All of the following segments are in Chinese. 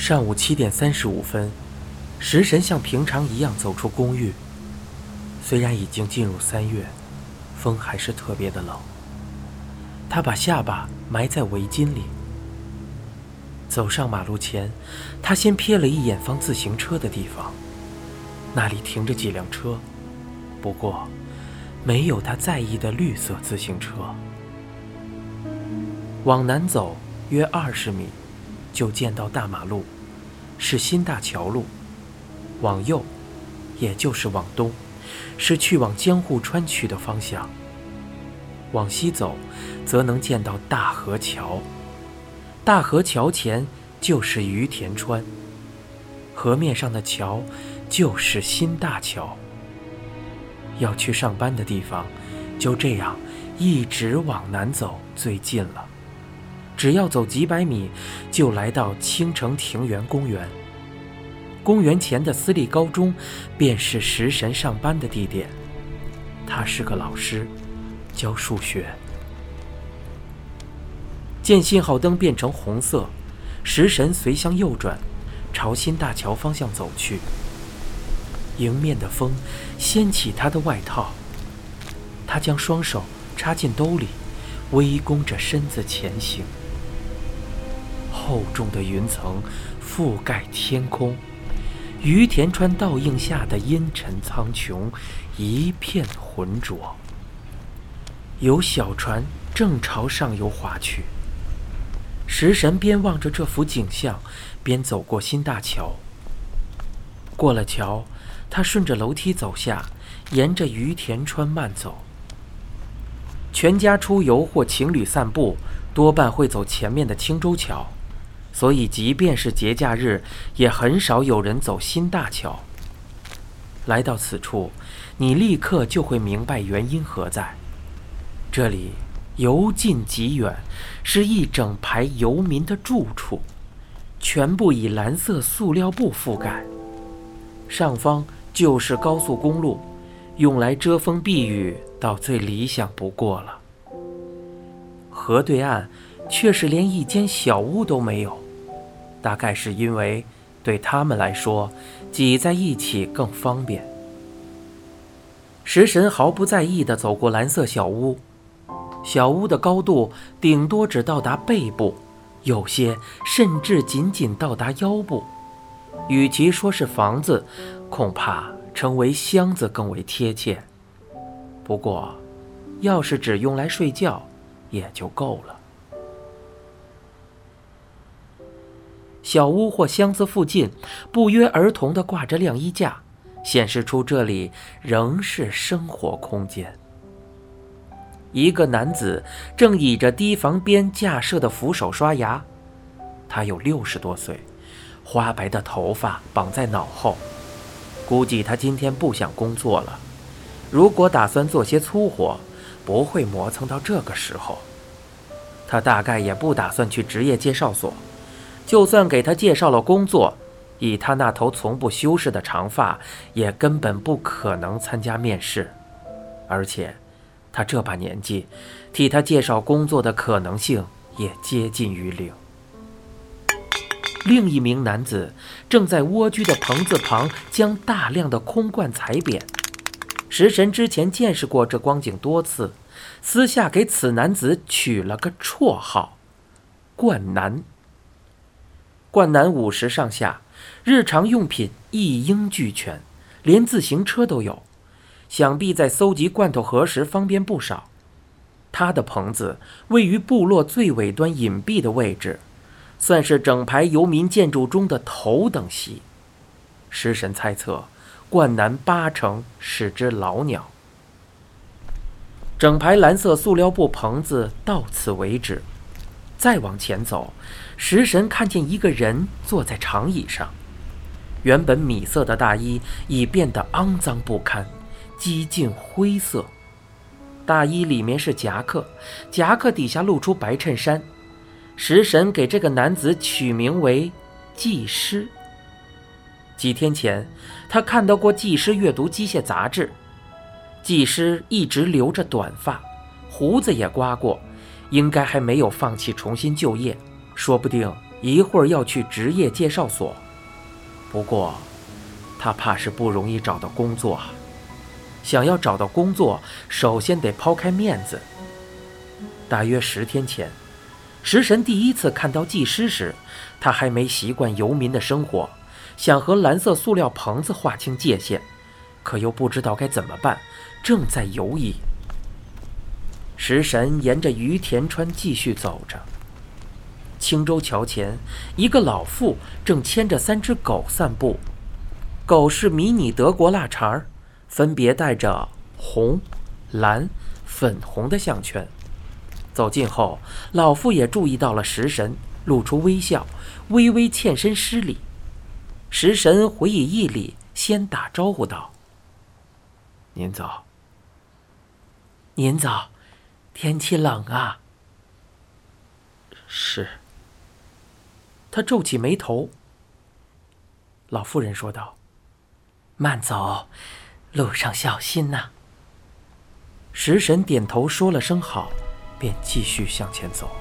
上午7点35分，食神像平常一样走出公寓。虽然已经进入3月，风还是特别的冷。他把下巴埋在围巾里。走上马路前，他先瞥了一眼放自行车的地方，那里停着几辆车，不过没有他在意的绿色自行车。往南走约20米，就见到大马路，是新大桥路。往右，也就是往东，是去往江户川区的方向。往西走，则能见到大河桥。大河桥前就是于田川，河面上的桥就是新大桥。要去上班的地方，就这样一直往南走最近了。只要走几百米，就来到青城庭园公园。公园前的私立高中，便是食神上班的地点。他是个老师，教数学。见信号灯变成红色，食神随向右转，朝新大桥方向走去。迎面的风掀起他的外套，他将双手插进兜里，微弓着身子前行。厚重的云层覆盖天空，于田川倒映下的阴沉苍穹一片浑浊。有小船正朝上游划去。食神边望着这幅景象，边走过新大桥。过了桥，他顺着楼梯走下，沿着于田川慢走。全家出游或情侣散步，多半会走前面的青州桥，所以即便是节假日，也很少有人走新大桥。来到此处，你立刻就会明白原因何在。这里由近及远，是一整排游民的住处，全部以蓝色塑料布覆盖。上方就是高速公路，用来遮风避雨，到最理想不过了。河对岸却是连一间小屋都没有，大概是因为对他们来说，挤在一起更方便。食神毫不在意地走过蓝色小屋，小屋的高度顶多只到达背部，有些甚至仅仅到达腰部。与其说是房子，恐怕称为箱子更为贴切。不过，要是只用来睡觉，也就够了。小屋或箱子附近，不约而同地挂着晾衣架，显示出这里仍是生活空间。一个男子正倚着堤防边架设的扶手刷牙，他有60多岁，花白的头发绑在脑后，估计他今天不想工作了。如果打算做些粗活，不会磨蹭到这个时候。他大概也不打算去职业介绍所，就算给他介绍了工作，以他那头从不修饰的长发，也根本不可能参加面试。而且他这把年纪，替他介绍工作的可能性也接近于0。另一名男子正在蜗居的棚子旁将大量的空罐踩扁。食神之前见识过这光景多次，私下给此男子取了个绰号——罐男。罐男50上下，日常用品一应俱全，连自行车都有，想必在搜集罐头盒时方便不少。他的棚子位于部落最尾端隐蔽的位置，算是整排游民建筑中的头等席。食神猜测，罐男80%是只老鸟。整排蓝色塑料布棚子到此为止。再往前走，食神看见一个人坐在长椅上，原本米色的大衣已变得肮脏不堪，几近灰色。大衣里面是夹克，夹克底下露出白衬衫。食神给这个男子取名为技师。几天前，他看到过技师阅读机械杂志。技师一直留着短发，胡子也刮过，应该还没有放弃重新就业，说不定一会儿要去职业介绍所。不过他怕是不容易找到工作啊。想要找到工作，首先得抛开面子。大约10天前，食神第一次看到技师时，他还没习惯游民的生活，想和蓝色塑料棚子划清界限，可又不知道该怎么办，正在犹疑。食神沿着于田川继续走着。青州桥前，一个老妇正牵着3只狗散步，狗是迷你德国腊肠，分别带着红、蓝、粉红的项圈。走近后，老妇也注意到了食神，露出微笑，微微欠身施礼。食神回以一礼，先打招呼道：“您早。”“您早，天气冷啊。”“是。”他皱起眉头。老妇人说道：“慢走，路上小心呐。”食神点头说了声好，便继续向前走。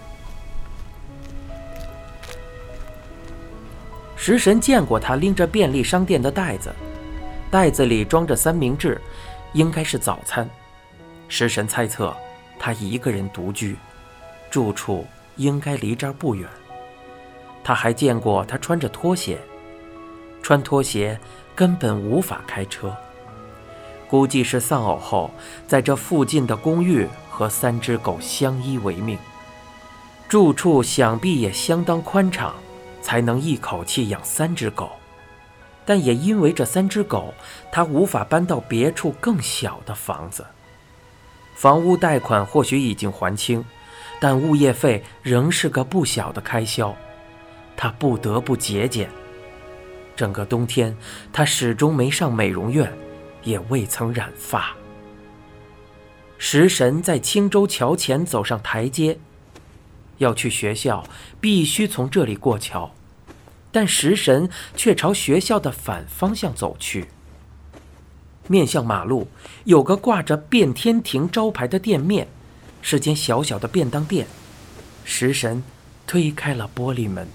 食神见过他拎着便利商店的袋子，袋子里装着三明治，应该是早餐。食神猜测他一个人独居，住处应该离这儿不远。他还见过他穿着拖鞋，穿拖鞋根本无法开车，估计是丧偶后在这附近的公寓和3只狗相依为命。住处想必也相当宽敞，才能一口气养3只狗。但也因为这3只狗，他无法搬到别处更小的房子。房屋贷款或许已经还清，但物业费仍是个不小的开销，他不得不节俭。整个冬天，他始终没上美容院，也未曾染发。食神在青州桥前走上台阶，要去学校必须从这里过桥，但食神却朝学校的反方向走去。面向马路有个挂着变天庭招牌的店面，是间小小的便当店。食神推开了玻璃门。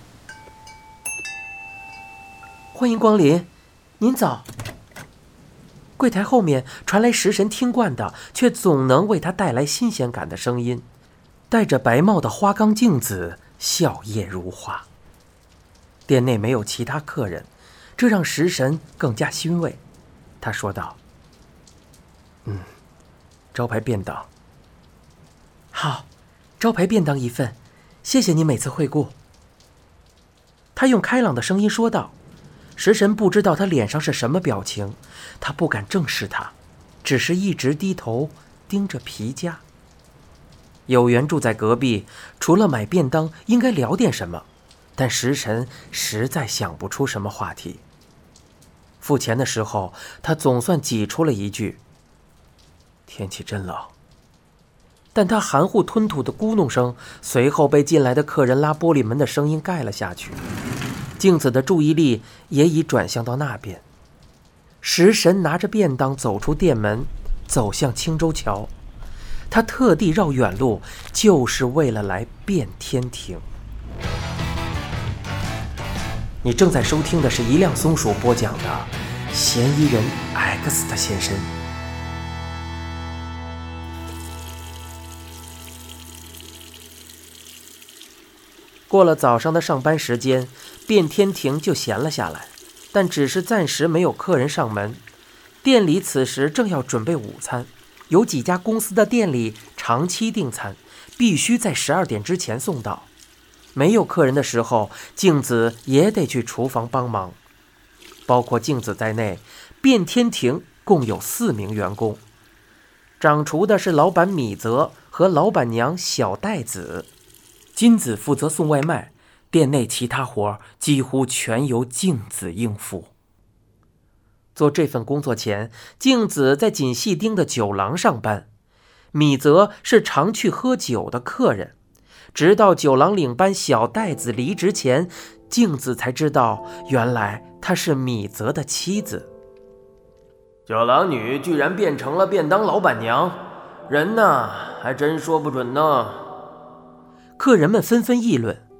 欢迎光临，您早。柜台后面传来食神听惯的，却总能为他带来新鲜感的声音。戴着白帽的花岗镜子笑靥如花。店内没有其他客人，这让食神更加欣慰。他说道：“招牌便当。”“好，招牌便当1份，谢谢你每次惠顾。”他用开朗的声音说道。食神不知道他脸上是什么表情，他不敢正视他，只是一直低头盯着皮夹。有缘住在隔壁，除了买便当应该聊点什么，但食神实在想不出什么话题。付钱的时候，他总算挤出了一句：“天气真冷。”但他含糊吞吐的咕哝声，随后被进来的客人拉玻璃门的声音盖了下去。镜子的注意力也已转向到那边。食神拿着便当走出店门，走向青州桥。他特地绕远路，就是为了来变天庭。你正在收听的是一辆松鼠播讲的《嫌疑人 X 的现身》。过了早上的上班时间，变天庭就闲了下来，但只是暂时没有客人上门。店里此时正要准备午餐，有几家公司的店里长期订餐，必须在12点之前送到。没有客人的时候，镜子也得去厨房帮忙。包括镜子在内，变天庭共有4名员工。掌厨的是老板米泽和老板娘小袋子。金子负责送外卖，店内其他活几乎全由镜子应付。做这份工作前，镜子在锦细町的酒廊上班，米泽是常去喝酒的客人。直到酒廊领班小袋子离职前，镜子才知道原来她是米泽的妻子。酒廊女居然变成了便当老板娘，人呢还真说不准呢。客人们纷纷议论，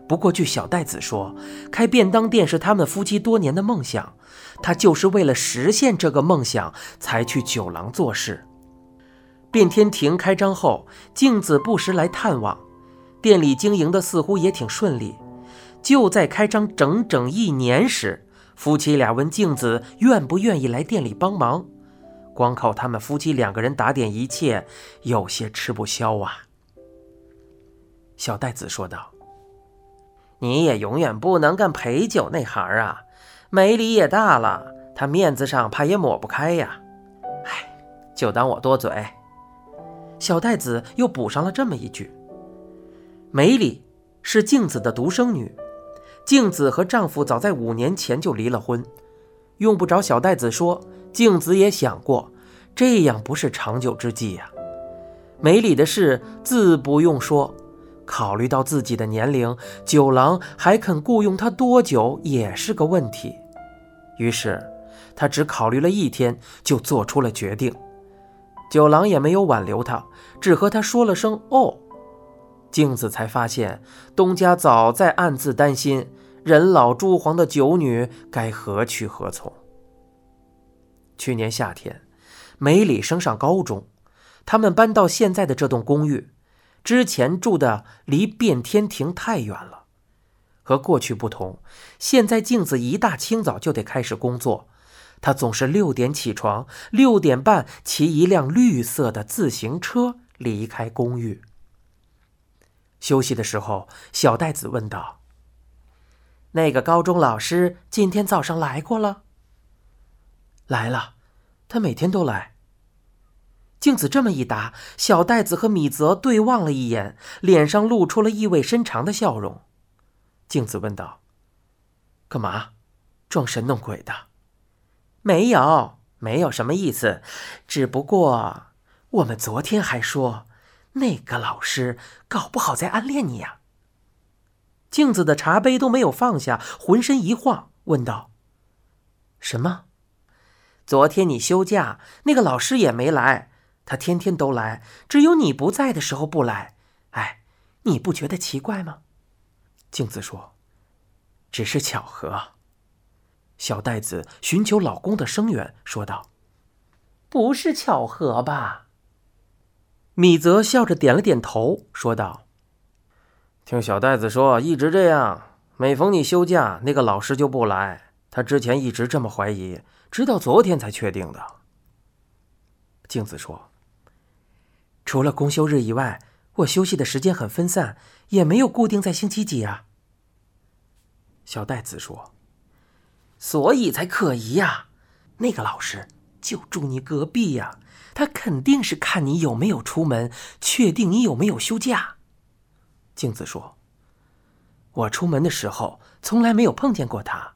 不过据小袋子说，开便当店是他们夫妻多年的梦想，他就是为了实现这个梦想才去酒廊做事。变天亭开张后，镜子不时来探望，店里经营的似乎也挺顺利。就在开张整整1年时，夫妻俩问镜子愿不愿意来店里帮忙。光靠他们夫妻2个人打点一切，有些吃不消啊。小袋子说道：“你也永远不能干陪酒那行啊，梅里也大了，他面子上怕也抹不开呀。哎，就当我多嘴。”小袋子又补上了这么一句：“梅里是镜子的独生女，镜子和丈夫早在5年前就离了婚。用不着小袋子说，镜子也想过，这样不是长久之计呀。梅里的事自不用说，考虑到自己的年龄，酒廊还肯雇佣她多久也是个问题。于是她只考虑了1天，就做出了决定。酒廊也没有挽留她，只和她说了声哦。镜子才发现，东家早在暗自担心人老珠黄的酒女该何去何从。去年夏天，梅里升上高中，他们搬到现在的这栋公寓，之前住的离变天亭太远了。和过去不同，现在镜子一大清早就得开始工作，她总是6点起床，6点半骑一辆绿色的自行车离开公寓。休息的时候，小袋子问道：“那个高中老师今天早上来过了？”“来了，他每天都来。”镜子这么一答，小袋子和米泽对望了一眼，脸上露出了意味深长的笑容。镜子问道：“干嘛？装神弄鬼的？”“没有什么意思，只不过我们昨天还说那个老师搞不好在暗恋你呀。”镜子的茶杯都没有放下，浑身一晃，问道：“什么？昨天你休假，那个老师也没来，他天天都来，只有你不在的时候不来。哎，你不觉得奇怪吗？”镜子说：“只是巧合。”小袋子寻求老公的声援，说道：“不是巧合吧？”米泽笑着点了点头，说道：“听小袋子说，一直这样，每逢你休假，那个老师就不来。他之前一直这么怀疑，直到昨天才确定的。”镜子说：“除了公休日以外，我休息的时间很分散，也没有固定在星期几啊。”小袋子说：“所以才可疑呀，那个老师就住你隔壁呀，他肯定是看你有没有出门，确定你有没有休假。”镜子说：“我出门的时候从来没有碰见过他。”“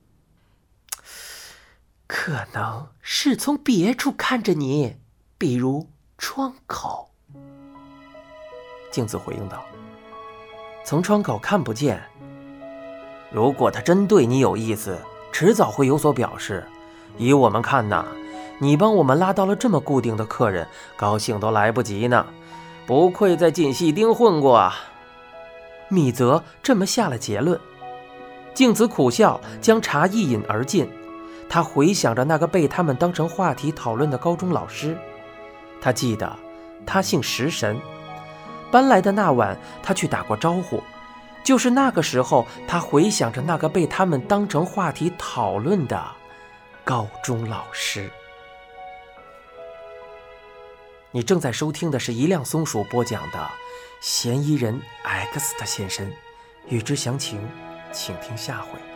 可能是从别处看着你，比如窗口。”镜子回应道：“从窗口看不见。如果他真对你有意思，迟早会有所表示。以我们看呐，你帮我们拉到了这么固定的客人，高兴都来不及呢。不愧在锦戏町混过啊。”米泽这么下了结论。镜子苦笑，将茶一饮而尽。他回想着那个被他们当成话题讨论的高中老师，他记得他姓石神。搬来的那晚，他去打过招呼。就是那个时候，他回想着那个被他们当成话题讨论的高中老师。你正在收听的是一辆松鼠播讲的《嫌疑人 X 的现身》，欲知详情，请听下回。